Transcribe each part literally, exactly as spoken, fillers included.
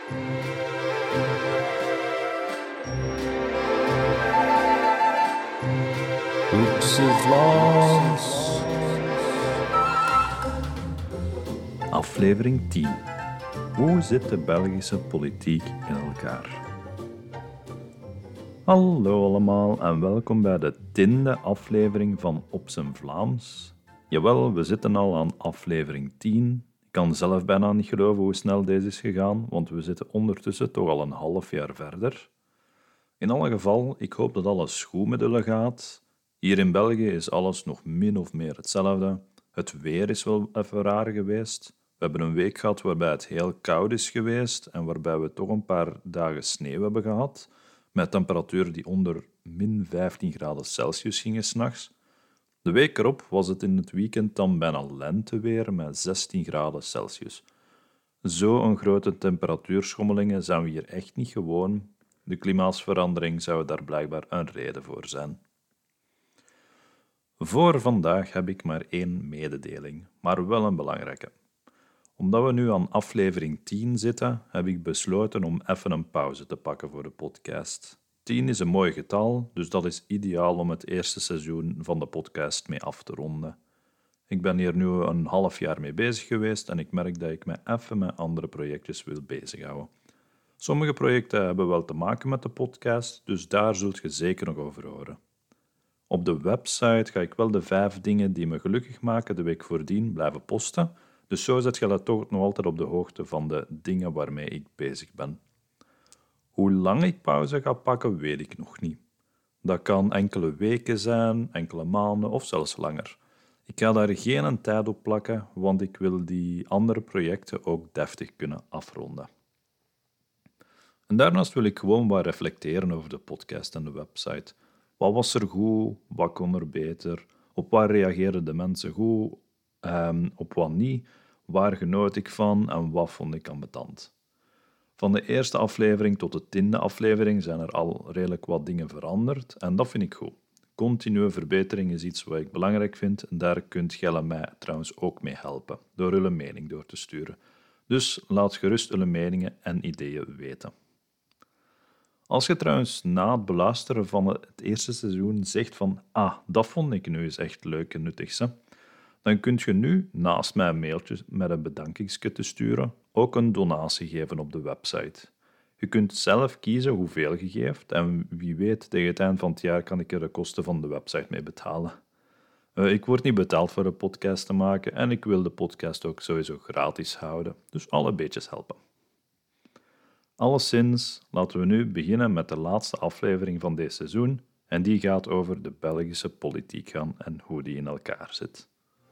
Hoekse Vlaams. Aflevering tien. Hoe zit de Belgische politiek in elkaar? Hallo allemaal en welkom bij de tiende aflevering van Op z'n Vlaams. Jawel, we zitten al aan aflevering tien. Ik kan zelf bijna niet geloven hoe snel deze is gegaan, want we zitten ondertussen toch al een half jaar verder. In alle geval, ik hoop dat alles goed met jullie gaat. Hier in België is alles nog min of meer hetzelfde. Het weer is wel even raar geweest. We hebben een week gehad waarbij het heel koud is geweest en waarbij we toch een paar dagen sneeuw hebben gehad, met temperaturen die onder min vijftien graden Celsius gingen 's nachts. De week erop was het in het weekend dan bijna lenteweer met zestien graden Celsius. Zo'n grote temperatuurschommelingen zijn we hier echt niet gewoon. De klimaatsverandering zou daar blijkbaar een reden voor zijn. Voor vandaag heb ik maar één mededeling, maar wel een belangrijke. Omdat we nu aan aflevering tien zitten, heb ik besloten om even een pauze te pakken voor de podcast. tien is een mooi getal, dus dat is ideaal om het eerste seizoen van de podcast mee af te ronden. Ik ben hier nu een half jaar mee bezig geweest en ik merk dat ik me even met andere projectjes wil bezighouden. Sommige projecten hebben wel te maken met de podcast, dus daar zult je zeker nog over horen. Op de website ga ik wel de vijf dingen die me gelukkig maken de week voordien blijven posten, dus zo zet je toch nog altijd op de hoogte van de dingen waarmee ik bezig ben. Hoe lang ik pauze ga pakken, weet ik nog niet. Dat kan enkele weken zijn, enkele maanden of zelfs langer. Ik ga daar geen tijd op plakken, want ik wil die andere projecten ook deftig kunnen afronden. En daarnaast wil ik gewoon wat reflecteren over de podcast en de website. Wat was er goed? Wat kon er beter? Op wat reageerden de mensen goed? Um, op wat niet? Waar genoot ik van en wat vond ik ambetant? Van de eerste aflevering tot de tiende aflevering zijn er al redelijk wat dingen veranderd en dat vind ik goed. Continue verbetering is iets wat ik belangrijk vind en daar kunt jij mij trouwens ook mee helpen, door jullie mening door te sturen. Dus laat gerust jullie meningen en ideeën weten. Als je trouwens na het beluisteren van het eerste seizoen zegt van ah, dat vond ik nu eens echt leuk en nuttig, hè, dan kun je nu, naast mij een mailtje met een bedankingsje te sturen, ook een donatie geven op de website. Je kunt zelf kiezen hoeveel je geeft en wie weet, tegen het eind van het jaar kan ik er de kosten van de website mee betalen. Uh, ik word niet betaald voor een podcast te maken en ik wil de podcast ook sowieso gratis houden, dus alle beetjes helpen. Alleszins, laten we nu beginnen met de laatste aflevering van dit seizoen en die gaat over de Belgische politiek gaan en hoe die in elkaar zit.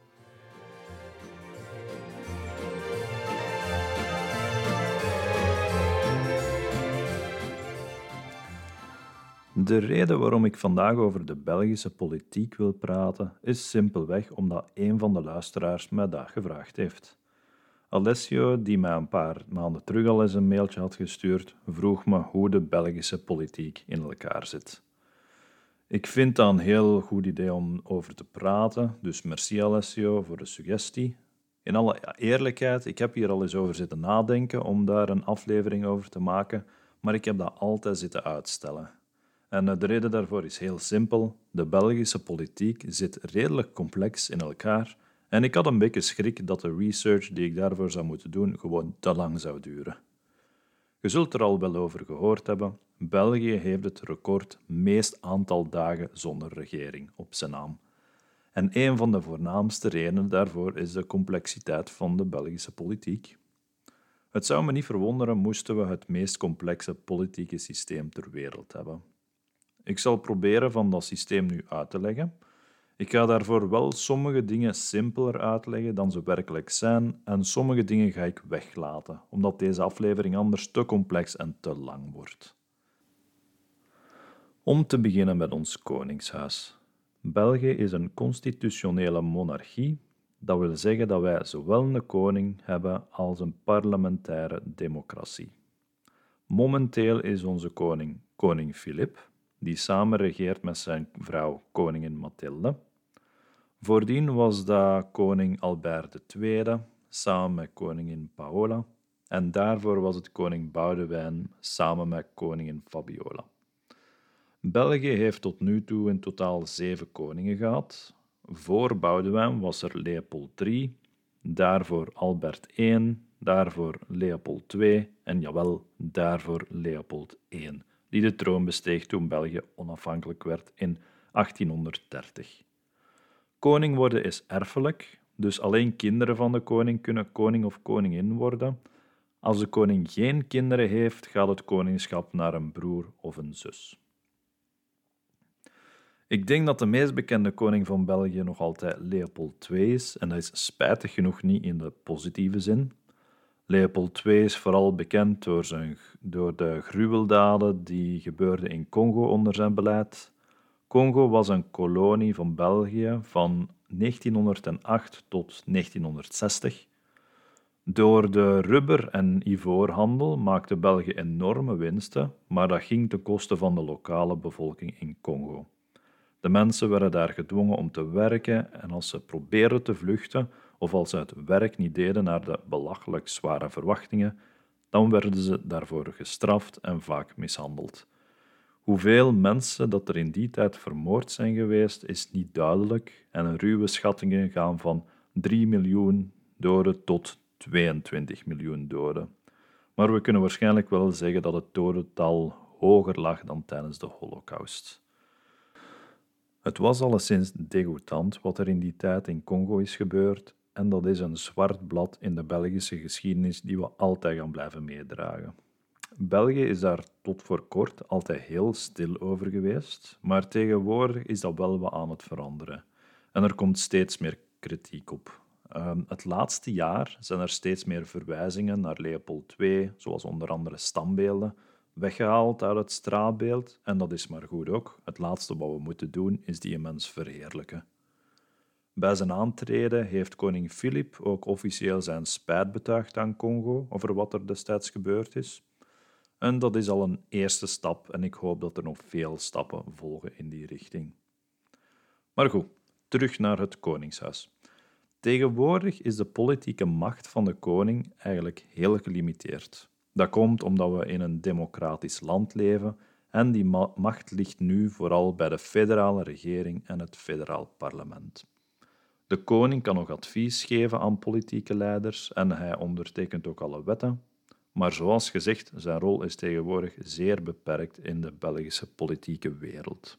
De reden waarom ik vandaag over de Belgische politiek wil praten is simpelweg omdat een van de luisteraars mij dat gevraagd heeft. Alessio, die mij een paar maanden terug al eens een mailtje had gestuurd, vroeg me hoe de Belgische politiek in elkaar zit. Ik vind dat een heel goed idee om over te praten, dus merci Alessio voor de suggestie. In alle eerlijkheid, ik heb hier al eens over zitten nadenken om daar een aflevering over te maken, maar ik heb dat altijd zitten uitstellen. En de reden daarvoor is heel simpel. De Belgische politiek zit redelijk complex in elkaar en ik had een beetje schrik dat de research die ik daarvoor zou moeten doen gewoon te lang zou duren. Je zult er al wel over gehoord hebben. België heeft het record meest aantal dagen zonder regering op zijn naam. En een van de voornaamste redenen daarvoor is de complexiteit van de Belgische politiek. Het zou me niet verwonderen moesten we het meest complexe politieke systeem ter wereld hebben. Ik zal proberen van dat systeem nu uit te leggen. Ik ga daarvoor wel sommige dingen simpeler uitleggen dan ze werkelijk zijn en sommige dingen ga ik weglaten, omdat deze aflevering anders te complex en te lang wordt. Om te beginnen met ons koningshuis. België is een constitutionele monarchie. Dat wil zeggen dat wij zowel een koning hebben als een parlementaire democratie. Momenteel is onze koning koning Filip, die samen regeert met zijn vrouw koningin Mathilde. Voordien was dat koning Albert de Tweede, samen met koningin Paola. En daarvoor was het koning Boudewijn samen met koningin Fabiola. België heeft tot nu toe in totaal zeven koningen gehad. Voor Boudewijn was er Leopold de derde, daarvoor Albert de eerste, daarvoor Leopold de tweede en jawel, daarvoor Leopold de eerste, die de troon besteeg toen België onafhankelijk werd in achttienhonderddertig. Koning worden is erfelijk, dus alleen kinderen van de koning kunnen koning of koningin worden. Als de koning geen kinderen heeft, gaat het koningschap naar een broer of een zus. Ik denk dat de meest bekende koning van België nog altijd Leopold de tweede is, en dat is spijtig genoeg niet in de positieve zin. Leopold de tweede is vooral bekend door, zijn, door de gruweldaden die gebeurden in Congo onder zijn beleid. Congo was een kolonie van België van negentienhonderdacht tot negentienhonderdzestig. Door de rubber- en ivoorhandel maakte België enorme winsten, maar dat ging ten koste van de lokale bevolking in Congo. De mensen werden daar gedwongen om te werken en als ze probeerden te vluchten of als ze het werk niet deden naar de belachelijk zware verwachtingen, dan werden ze daarvoor gestraft en vaak mishandeld. Hoeveel mensen dat er in die tijd vermoord zijn geweest, is niet duidelijk en ruwe schattingen gaan van drie miljoen doden tot tweeëntwintig miljoen doden. Maar we kunnen waarschijnlijk wel zeggen dat het dodental hoger lag dan tijdens de Holocaust. Het was alleszins degoutant wat er in die tijd in Congo is gebeurd en dat is een zwart blad in de Belgische geschiedenis die we altijd gaan blijven meedragen. België is daar tot voor kort altijd heel stil over geweest, maar tegenwoordig is dat wel wat aan het veranderen. En er komt steeds meer kritiek op. Um, het laatste jaar zijn er steeds meer verwijzingen naar Leopold de tweede, zoals onder andere standbeelden, weggehaald uit het straatbeeld. En dat is maar goed ook. Het laatste wat we moeten doen, is die mens verheerlijken. Bij zijn aantreden heeft koning Filip ook officieel zijn spijt betuigd aan Congo over wat er destijds gebeurd is. En dat is al een eerste stap en ik hoop dat er nog veel stappen volgen in die richting. Maar goed, terug naar het koningshuis. Tegenwoordig is de politieke macht van de koning eigenlijk heel gelimiteerd. Dat komt omdat we in een democratisch land leven en die ma- macht ligt nu vooral bij de federale regering en het federaal parlement. De koning kan nog advies geven aan politieke leiders en hij ondertekent ook alle wetten. Maar zoals gezegd, zijn rol is tegenwoordig zeer beperkt in de Belgische politieke wereld.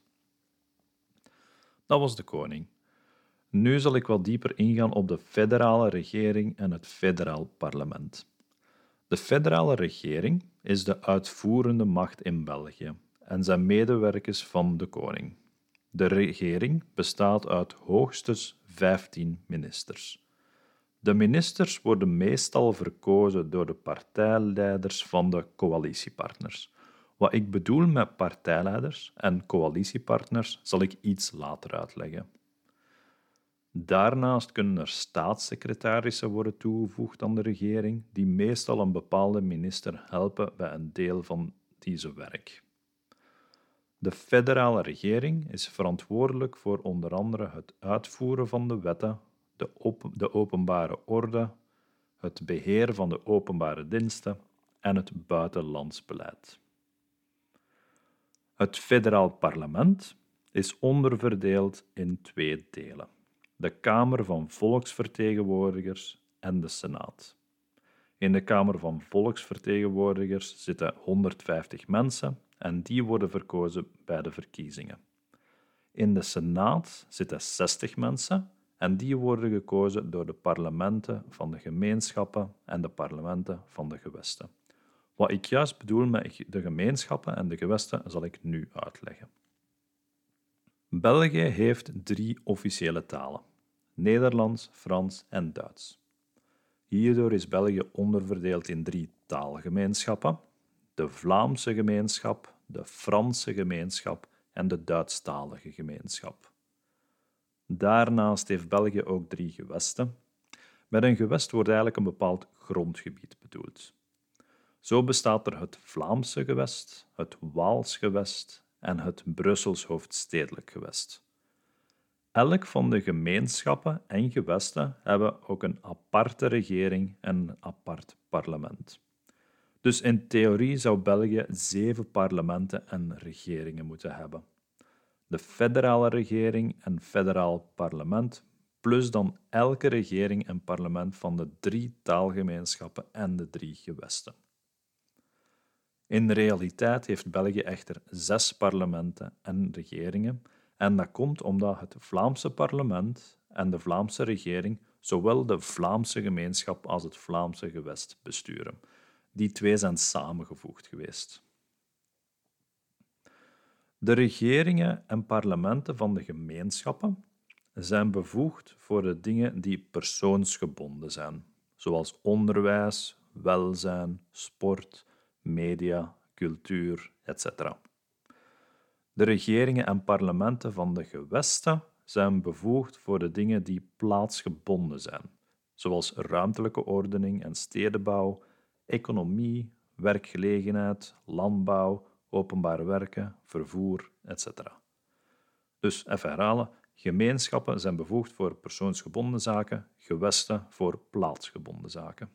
Dat was de koning. Nu zal ik wat dieper ingaan op de federale regering en het federaal parlement. De federale regering is de uitvoerende macht in België en zijn medewerkers van de koning. De regering bestaat uit hoogstens vijftien ministers. De ministers worden meestal verkozen door de partijleiders van de coalitiepartners. Wat ik bedoel met partijleiders en coalitiepartners zal ik iets later uitleggen. Daarnaast kunnen er staatssecretarissen worden toegevoegd aan de regering, die meestal een bepaalde minister helpen bij een deel van deze werk. De federale regering is verantwoordelijk voor onder andere het uitvoeren van de wetten, de, op- de openbare orde, het beheer van de openbare diensten en het buitenlands beleid. Het federaal parlement is onderverdeeld in twee delen: de Kamer van Volksvertegenwoordigers en de Senaat. In de Kamer van Volksvertegenwoordigers zitten honderdvijftig mensen en die worden verkozen bij de verkiezingen. In de Senaat zitten zestig mensen en die worden gekozen door de parlementen van de gemeenschappen en de parlementen van de gewesten. Wat ik juist bedoel met de gemeenschappen en de gewesten zal ik nu uitleggen. België heeft drie officiële talen: Nederlands, Frans en Duits. Hierdoor is België onderverdeeld in drie taalgemeenschappen: de Vlaamse gemeenschap, de Franse gemeenschap en de Duitsstalige gemeenschap. Daarnaast heeft België ook drie gewesten. Met een gewest wordt eigenlijk een bepaald grondgebied bedoeld. Zo bestaat er het Vlaamse gewest, het Waals gewest en het Brussels hoofdstedelijk gewest. Elk van de gemeenschappen en gewesten hebben ook een aparte regering en een apart parlement. Dus in theorie zou België zeven parlementen en regeringen moeten hebben. De federale regering en federaal parlement, plus dan elke regering en parlement van de drie taalgemeenschappen en de drie gewesten. In de realiteit heeft België echter zes parlementen en regeringen, en dat komt omdat het Vlaamse parlement en de Vlaamse regering zowel de Vlaamse gemeenschap als het Vlaamse gewest besturen. Die twee zijn samengevoegd geweest. De regeringen en parlementen van de gemeenschappen zijn bevoegd voor de dingen die persoonsgebonden zijn, zoals onderwijs, welzijn, sport, media, cultuur, et cetera. De regeringen en parlementen van de gewesten zijn bevoegd voor de dingen die plaatsgebonden zijn, zoals ruimtelijke ordening en stedenbouw, economie, werkgelegenheid, landbouw, openbare werken, vervoer, et cetera. Dus even herhalen, gemeenschappen zijn bevoegd voor persoonsgebonden zaken, gewesten voor plaatsgebonden zaken.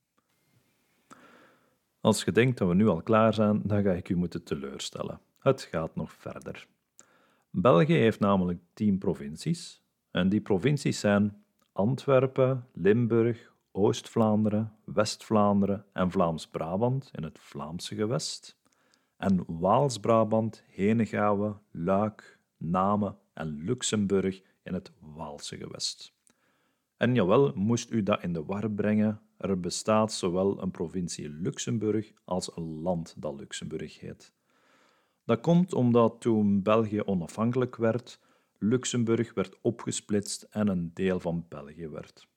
Als je denkt dat we nu al klaar zijn, dan ga ik u moeten teleurstellen. Het gaat nog verder. België heeft namelijk tien provincies. En die provincies zijn Antwerpen, Limburg, Oost-Vlaanderen, West-Vlaanderen en Vlaams-Brabant in het Vlaamse gewest. En Waals-Brabant, Henegouwen, Luik, Namen en Luxemburg in het Waalse gewest. En jawel, moest u dat in de war brengen, er bestaat zowel een provincie Luxemburg als een land dat Luxemburg heet. Dat komt omdat toen België onafhankelijk werd, Luxemburg werd opgesplitst en een deel van België werd.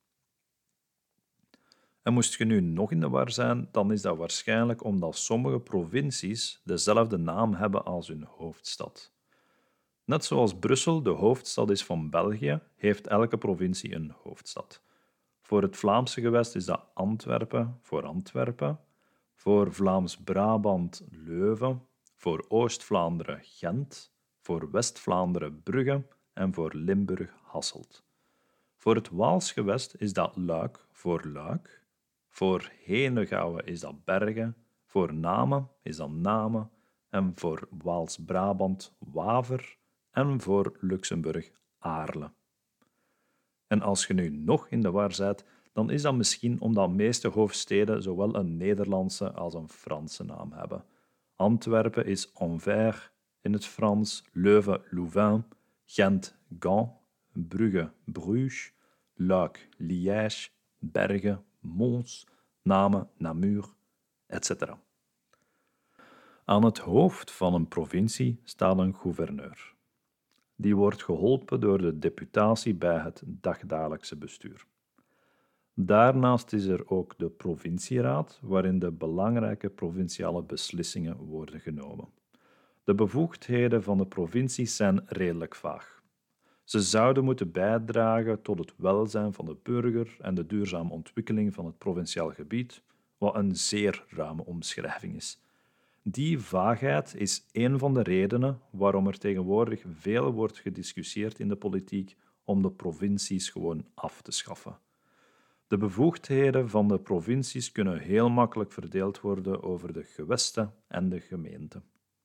En moest je nu nog in de war zijn, dan is dat waarschijnlijk omdat sommige provincies dezelfde naam hebben als hun hoofdstad. Net zoals Brussel de hoofdstad is van België, heeft elke provincie een hoofdstad. Voor het Vlaamse gewest is dat Antwerpen voor Antwerpen, voor Vlaams-Brabant Leuven, voor Oost-Vlaanderen Gent, voor West-Vlaanderen Brugge en voor Limburg Hasselt. Voor het Waals gewest is dat Luik voor Luik, voor Henegouwen is dat Bergen, voor Namen is dat Namen en voor Waals-Brabant Waver en voor Luxemburg Aarle. En als je nu nog in de war bent, dan is dat misschien omdat de meeste hoofdsteden zowel een Nederlandse als een Franse naam hebben. Antwerpen is Anvers in het Frans, Leuven Louvain, Gent Gand, Brugge Bruges, Luik Liège, Bergen Mons, Namen Namur, et cetera. Aan het hoofd van een provincie staat een gouverneur. Die wordt geholpen door de deputatie bij het dagdagelijkse bestuur. Daarnaast is er ook de provincieraad, waarin de belangrijke provinciale beslissingen worden genomen. De bevoegdheden van de provincies zijn redelijk vaag. Ze zouden moeten bijdragen tot het welzijn van de burger en de duurzame ontwikkeling van het provinciaal gebied, wat een zeer ruime omschrijving is. Die vaagheid is een van de redenen waarom er tegenwoordig veel wordt gediscussieerd in de politiek om de provincies gewoon af te schaffen. De bevoegdheden van de provincies kunnen heel makkelijk verdeeld worden over de gewesten en de gemeenten.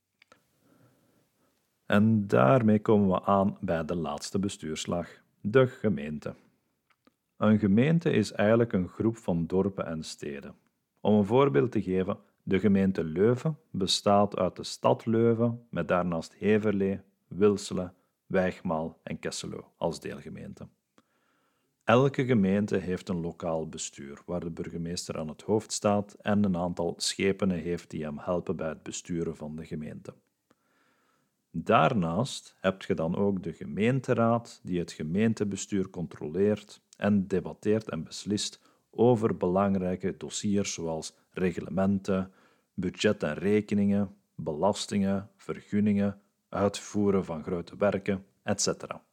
En daarmee komen we aan bij de laatste bestuurslaag, de gemeente. Een gemeente is eigenlijk een groep van dorpen en steden. Om een voorbeeld te geven, de gemeente Leuven bestaat uit de stad Leuven met daarnaast Heverlee, Wilselen, Wijgmaal en Kesselo als deelgemeenten. Elke gemeente heeft een lokaal bestuur, waar de burgemeester aan het hoofd staat en een aantal schepenen heeft die hem helpen bij het besturen van de gemeente. Daarnaast heb je dan ook de gemeenteraad die het gemeentebestuur controleert en debatteert en beslist over belangrijke dossiers zoals reglementen, budget en rekeningen, belastingen, vergunningen, uitvoeren van grote werken, et cetera.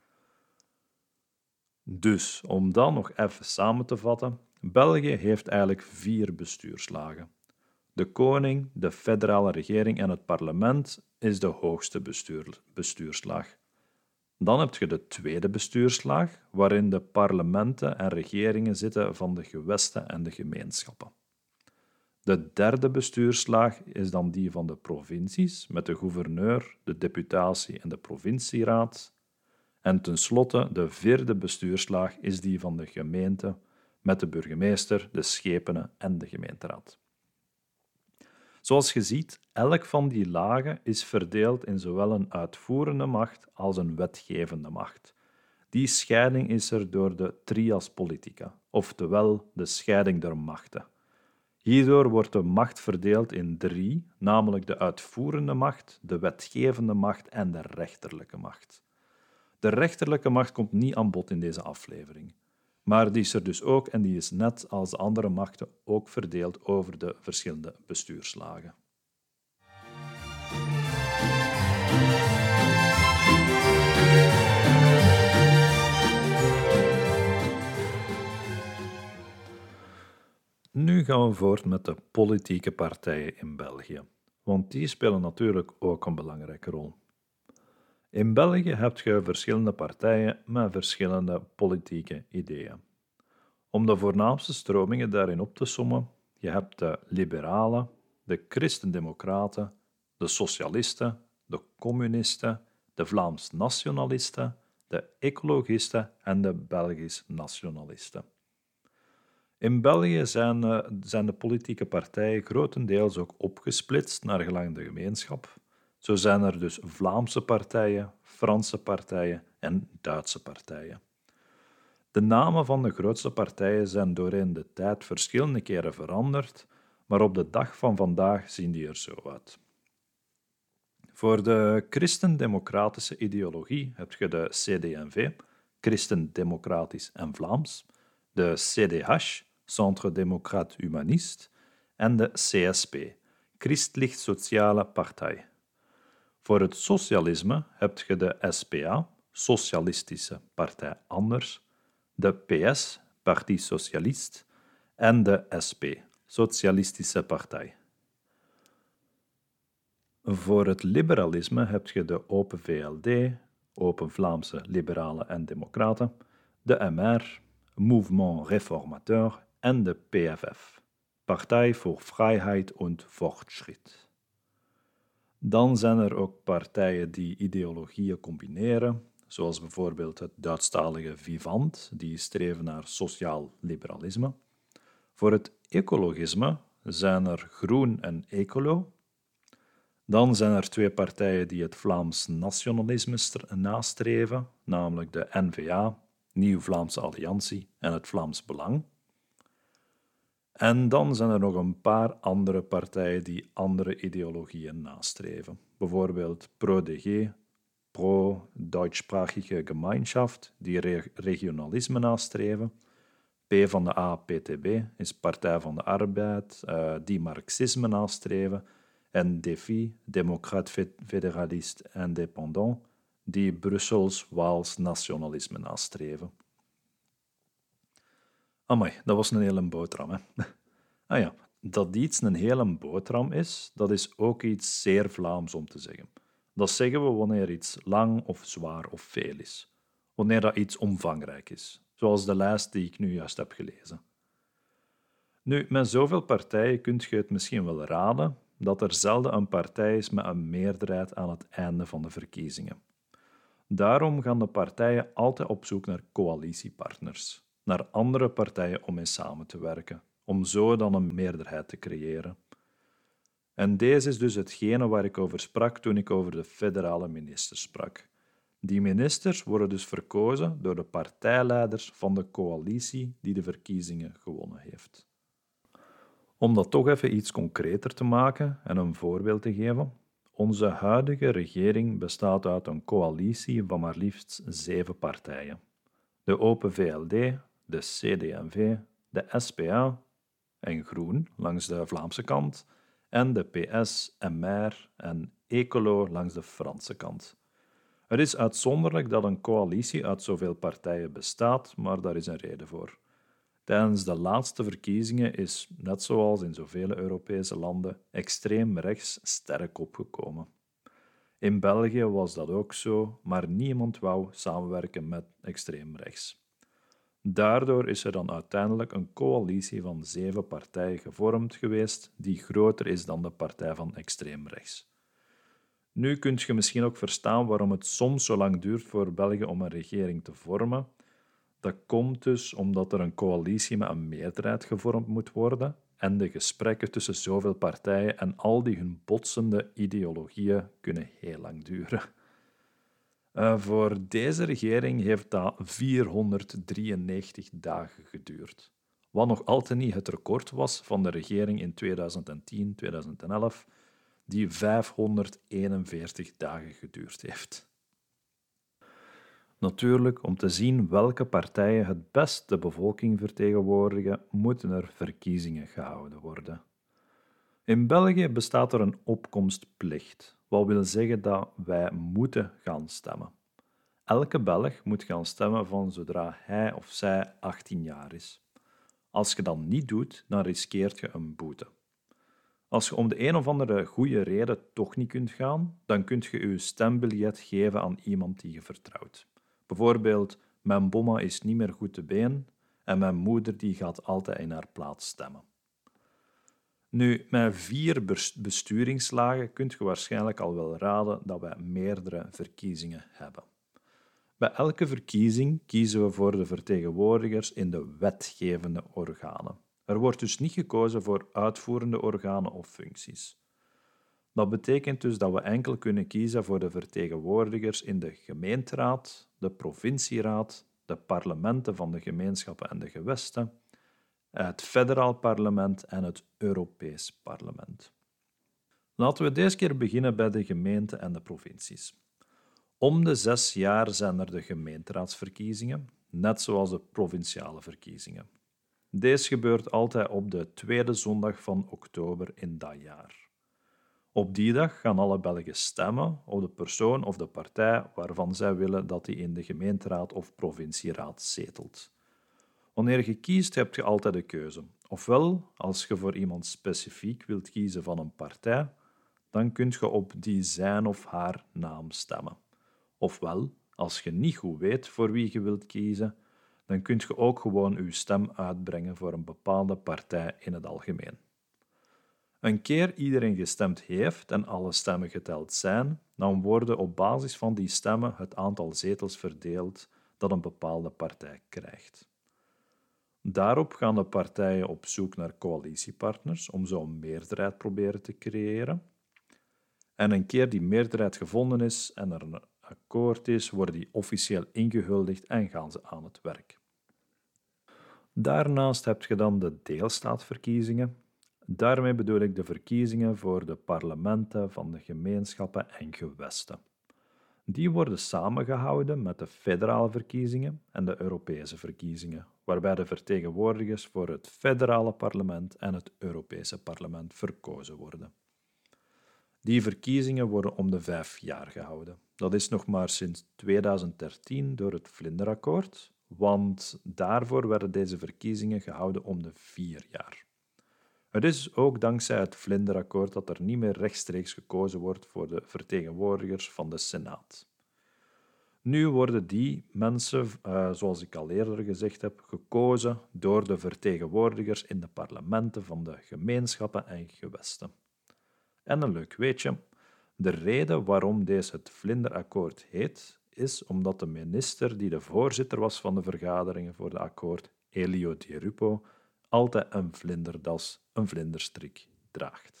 Dus, om dat nog even samen te vatten, België heeft eigenlijk vier bestuurslagen. De koning, de federale regering en het parlement is de hoogste bestuur, bestuurslaag. Dan heb je de tweede bestuurslaag, waarin de parlementen en regeringen zitten van de gewesten en de gemeenschappen. De derde bestuurslaag is dan die van de provincies, met de gouverneur, de deputatie en de provincieraad. En tenslotte, de vierde bestuurslaag is die van de gemeente, met de burgemeester, de schepenen en de gemeenteraad. Zoals je ziet, elk van die lagen is verdeeld in zowel een uitvoerende macht als een wetgevende macht. Die scheiding is er door de trias politica, oftewel de scheiding der machten. Hierdoor wordt de macht verdeeld in drie, namelijk de uitvoerende macht, de wetgevende macht en de rechterlijke macht. De rechterlijke macht komt niet aan bod in deze aflevering. Maar die is er dus ook en die is net als de andere machten ook verdeeld over de verschillende bestuurslagen. Nu gaan we voort met de politieke partijen in België, want die spelen natuurlijk ook een belangrijke rol. In België heb je verschillende partijen met verschillende politieke ideeën. Om de voornaamste stromingen daarin op te sommen, je hebt de liberalen, de christendemocraten, de socialisten, de communisten, de Vlaams nationalisten, de ecologisten en de Belgisch nationalisten. In België zijn, uh, zijn de politieke partijen grotendeels ook opgesplitst naar gelang de gemeenschap. Zo zijn er dus Vlaamse partijen, Franse partijen en Duitse partijen. De namen van de grootste partijen zijn doorheen de tijd verschillende keren veranderd, maar op de dag van vandaag zien die er zo uit. Voor de christendemocratische ideologie heb je de C D en V, Christendemocratisch en Vlaams, de C D H, Centre Democrate Humanist, en de C S P, Christlich Soziale Partij. Voor het socialisme heb je de S P A, Socialistische Partij Anders, de P S, Parti Socialist, en de S P, Socialistische Partij. Voor het liberalisme heb je de Open V L D, Open Vlaamse Liberalen en Democraten, de M R, Mouvement Réformateur en de P F F, Partij voor Vrijheid en Fortschritt. Dan zijn er ook partijen die ideologieën combineren, zoals bijvoorbeeld het Duitsstalige Vivant, die streven naar sociaal liberalisme. Voor het ecologisme zijn er Groen en Ecolo. Dan zijn er twee partijen die het Vlaams nationalisme nastreven, namelijk de N V A, Nieuw Vlaamse Alliantie en het Vlaams Belang. En dan zijn er nog een paar andere partijen die andere ideologieën nastreven. Bijvoorbeeld Pro-D G, Pro-Deutschsprachige Gemeinschaft, die re- regionalisme nastreven. P van de A, P T B, is Partij van de Arbeid, uh, die marxisme nastreven. En D F I, Democrate Federalist Indépendant, die Brussels-Waals nationalisme nastreven. Amai, dat was een hele boterham, hè. Ah ja, dat iets een hele boterham is, dat is ook iets zeer Vlaams om te zeggen. Dat zeggen we wanneer iets lang of zwaar of veel is. Wanneer dat iets omvangrijk is, zoals de lijst die ik nu juist heb gelezen. Nu, met zoveel partijen kun je het misschien wel raden dat er zelden een partij is met een meerderheid aan het einde van de verkiezingen. Daarom gaan de partijen altijd op zoek naar coalitiepartners, naar andere partijen om mee samen te werken, om zo dan een meerderheid te creëren. En deze is dus hetgene waar ik over sprak toen ik over de federale ministers sprak. Die ministers worden dus verkozen door de partijleiders van de coalitie die de verkiezingen gewonnen heeft. Om dat toch even iets concreter te maken en een voorbeeld te geven, onze huidige regering bestaat uit een coalitie van maar liefst zeven partijen. De Open V L D, de C D en V, de S P A en Groen langs de Vlaamse kant en de P S, M R en Ecolo langs de Franse kant. Het is uitzonderlijk dat een coalitie uit zoveel partijen bestaat, maar daar is een reden voor. Tijdens de laatste verkiezingen is, net zoals in zoveel Europese landen, extreem rechts sterk opgekomen. In België was dat ook zo, maar niemand wou samenwerken met extreem rechts. Daardoor is er dan uiteindelijk een coalitie van zeven partijen gevormd geweest die groter is dan de partij van extreem rechts. Nu kun je misschien ook verstaan waarom het soms zo lang duurt voor België om een regering te vormen. Dat komt dus omdat er een coalitie met een meerderheid gevormd moet worden en de gesprekken tussen zoveel partijen en al die hun botsende ideologieën kunnen heel lang duren. Uh, voor deze regering heeft dat vierhonderddrieënnegentig dagen geduurd, wat nog altijd niet het record was van de regering in twintig tien twintig elf, die vijfhonderdeenenveertig dagen geduurd heeft. Natuurlijk, om te zien welke partijen het best de bevolking vertegenwoordigen, moeten er verkiezingen gehouden worden. In België bestaat er een opkomstplicht, wat wil zeggen dat wij moeten gaan stemmen. Elke Belg moet gaan stemmen van zodra hij of zij achttien jaar is. Als je dat niet doet, dan riskeert je een boete. Als je om de een of andere goede reden toch niet kunt gaan, dan kun je je stembiljet geven aan iemand die je vertrouwt. Bijvoorbeeld, mijn bomma is niet meer goed te been en mijn moeder die gaat altijd in haar plaats stemmen. Nu, met vier besturingslagen kunt je waarschijnlijk al wel raden dat wij meerdere verkiezingen hebben. Bij elke verkiezing kiezen we voor de vertegenwoordigers in de wetgevende organen. Er wordt dus niet gekozen voor uitvoerende organen of functies. Dat betekent dus dat we enkel kunnen kiezen voor de vertegenwoordigers in de gemeenteraad, de provincieraad, de parlementen van de gemeenschappen en de gewesten, het federaal parlement en het Europees parlement. Laten we deze keer beginnen bij de gemeenten en de provincies. Om de zes jaar zijn er de gemeenteraadsverkiezingen, net zoals de provinciale verkiezingen. Deze gebeurt altijd op de tweede zondag van oktober in dat jaar. Op die dag gaan alle Belgen stemmen op de persoon of de partij waarvan zij willen dat die in de gemeenteraad of provincieraad zetelt. Wanneer je kiest, heb je altijd de keuze. Ofwel, als je voor iemand specifiek wilt kiezen van een partij, dan kun je op die zijn of haar naam stemmen. Ofwel, als je niet goed weet voor wie je wilt kiezen, dan kun je ook gewoon je stem uitbrengen voor een bepaalde partij in het algemeen. Een keer iedereen gestemd heeft en alle stemmen geteld zijn, dan worden op basis van die stemmen het aantal zetels verdeeld dat een bepaalde partij krijgt. Daarop gaan de partijen op zoek naar coalitiepartners om zo een meerderheid proberen te creëren. En een keer die meerderheid gevonden is en er een akkoord is, worden die officieel ingehuldigd en gaan ze aan het werk. Daarnaast heb je dan de deelstaatverkiezingen. Daarmee bedoel ik de verkiezingen voor de parlementen van de gemeenschappen en gewesten. Die worden samengehouden met de federale verkiezingen en de Europese verkiezingen, waarbij de vertegenwoordigers voor het federale parlement en het Europese parlement verkozen worden. Die verkiezingen worden om de vijf jaar gehouden. Dat is nog maar sinds tweeduizend dertien door het Vlinderakkoord, want daarvoor werden deze verkiezingen gehouden om de vier jaar. Het is ook dankzij het Vlinderakkoord dat er niet meer rechtstreeks gekozen wordt voor de vertegenwoordigers van de Senaat. Nu worden die mensen, uh, zoals ik al eerder gezegd heb, gekozen door de vertegenwoordigers in de parlementen van de gemeenschappen en gewesten. En een leuk weetje, de reden waarom deze het Vlinderakkoord heet, is omdat de minister die de voorzitter was van de vergaderingen voor de akkoord, Elio Di Rupo, altijd een vlinderdas, een vlinderstrik, draagt.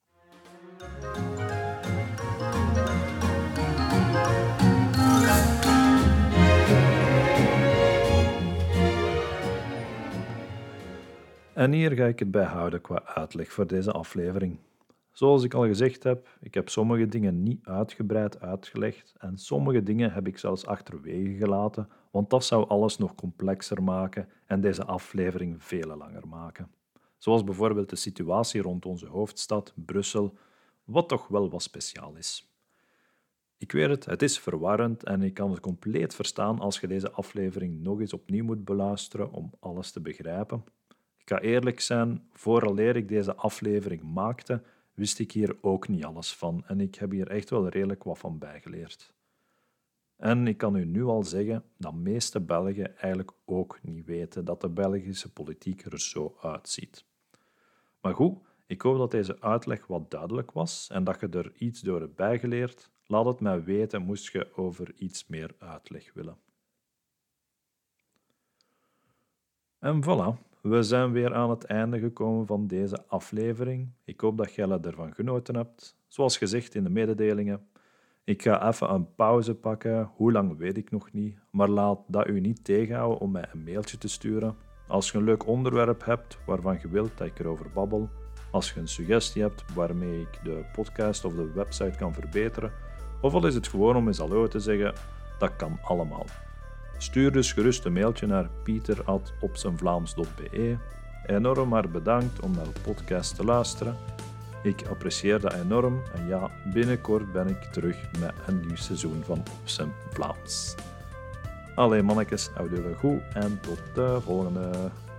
En hier ga ik het bij houden qua uitleg voor deze aflevering. Zoals ik al gezegd heb, ik heb sommige dingen niet uitgebreid uitgelegd en sommige dingen heb ik zelfs achterwege gelaten, want dat zou alles nog complexer maken en deze aflevering veel langer maken. Zoals bijvoorbeeld de situatie rond onze hoofdstad, Brussel, wat toch wel wat speciaal is. Ik weet het, het is verwarrend en ik kan het compleet verstaan als je deze aflevering nog eens opnieuw moet beluisteren om alles te begrijpen. Ik ga eerlijk zijn, vooraleer ik deze aflevering maakte, wist ik hier ook niet alles van en ik heb hier echt wel redelijk wat van bijgeleerd. En ik kan u nu al zeggen dat de meeste Belgen eigenlijk ook niet weten dat de Belgische politiek er zo uitziet. Maar goed, ik hoop dat deze uitleg wat duidelijk was en dat je er iets door hebt bijgeleerd. Laat het mij weten moest je over iets meer uitleg willen. En voilà, we zijn weer aan het einde gekomen van deze aflevering. Ik hoop dat jij ervan genoten hebt. Zoals gezegd in de mededelingen. Ik ga even een pauze pakken, hoe lang weet ik nog niet, maar laat dat u niet tegenhouden om mij een mailtje te sturen. Als je een leuk onderwerp hebt waarvan je wilt dat ik erover babbel, als je een suggestie hebt waarmee ik de podcast of de website kan verbeteren, of al is het gewoon om eens hallo te zeggen, dat kan allemaal. Stuur dus gerust een mailtje naar pieter at opzijnvlaams punt be. Enorm maar bedankt om naar de podcast te luisteren. Ik apprecieer dat enorm en ja, binnenkort ben ik terug met een nieuw seizoen van Op zijn Vlaams. Allee mannetjes, houden we goed en tot de volgende.